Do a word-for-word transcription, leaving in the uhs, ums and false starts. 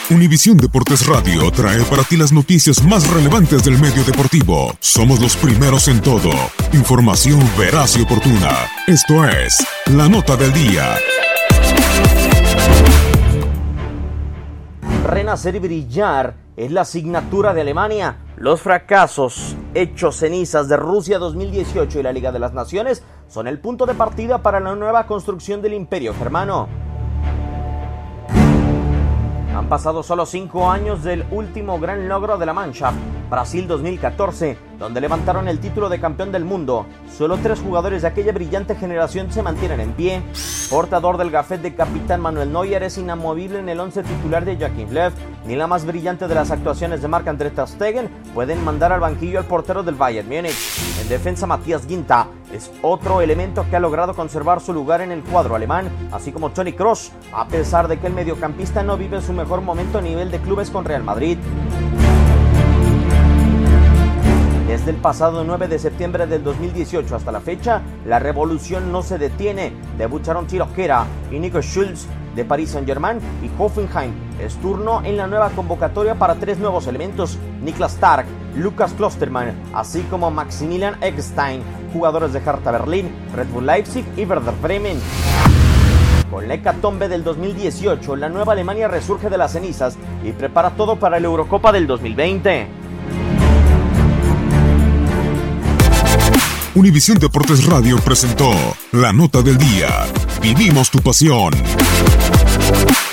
Univisión Deportes Radio trae para ti las noticias más relevantes del medio deportivo. Somos los primeros en todo. Información veraz y oportuna. Esto es La Nota del Día. Renacer y brillar es la asignatura de Alemania. Los fracasos hechos cenizas de Rusia dos mil dieciocho y la Liga de las Naciones son el punto de partida para la nueva construcción del Imperio Germano. Han pasado solo cinco años del último gran logro de la Mannschaft, Brasil dos mil catorce, donde levantaron el título de campeón del mundo. Solo tres jugadores de aquella brillante generación se mantienen en pie. Portador del gafet de capitán Manuel Neuer, es inamovible en el once titular de Joachim Löw. Ni la más brillante de las actuaciones de Marc-André ter Stegen pueden mandar al banquillo al portero del Bayern Múnich. En defensa, Matthias Ginter es otro elemento que ha logrado conservar su lugar en el cuadro alemán, así como Toni Kroos, a pesar de que el mediocampista no vive su mejor momento a nivel de clubes con Real Madrid. Desde el pasado nueve de septiembre del dos mil dieciocho hasta la fecha, la revolución no se detiene. Debucharon Thilo Kehrer y Nico Schulz de Paris Saint-Germain y Hoffenheim. Es turno en la nueva convocatoria para tres nuevos elementos: Niklas Stark, Lukas Klostermann, así como Maximilian Eggestein, jugadores de Hertha Berlín, Red Bull Leipzig y Werder Bremen. Con la hecatombe del dos mil dieciocho, la nueva Alemania resurge de las cenizas y prepara todo para la Eurocopa del dos mil veinte. Univisión Deportes Radio presentó La Nota del Día. Vivimos tu pasión.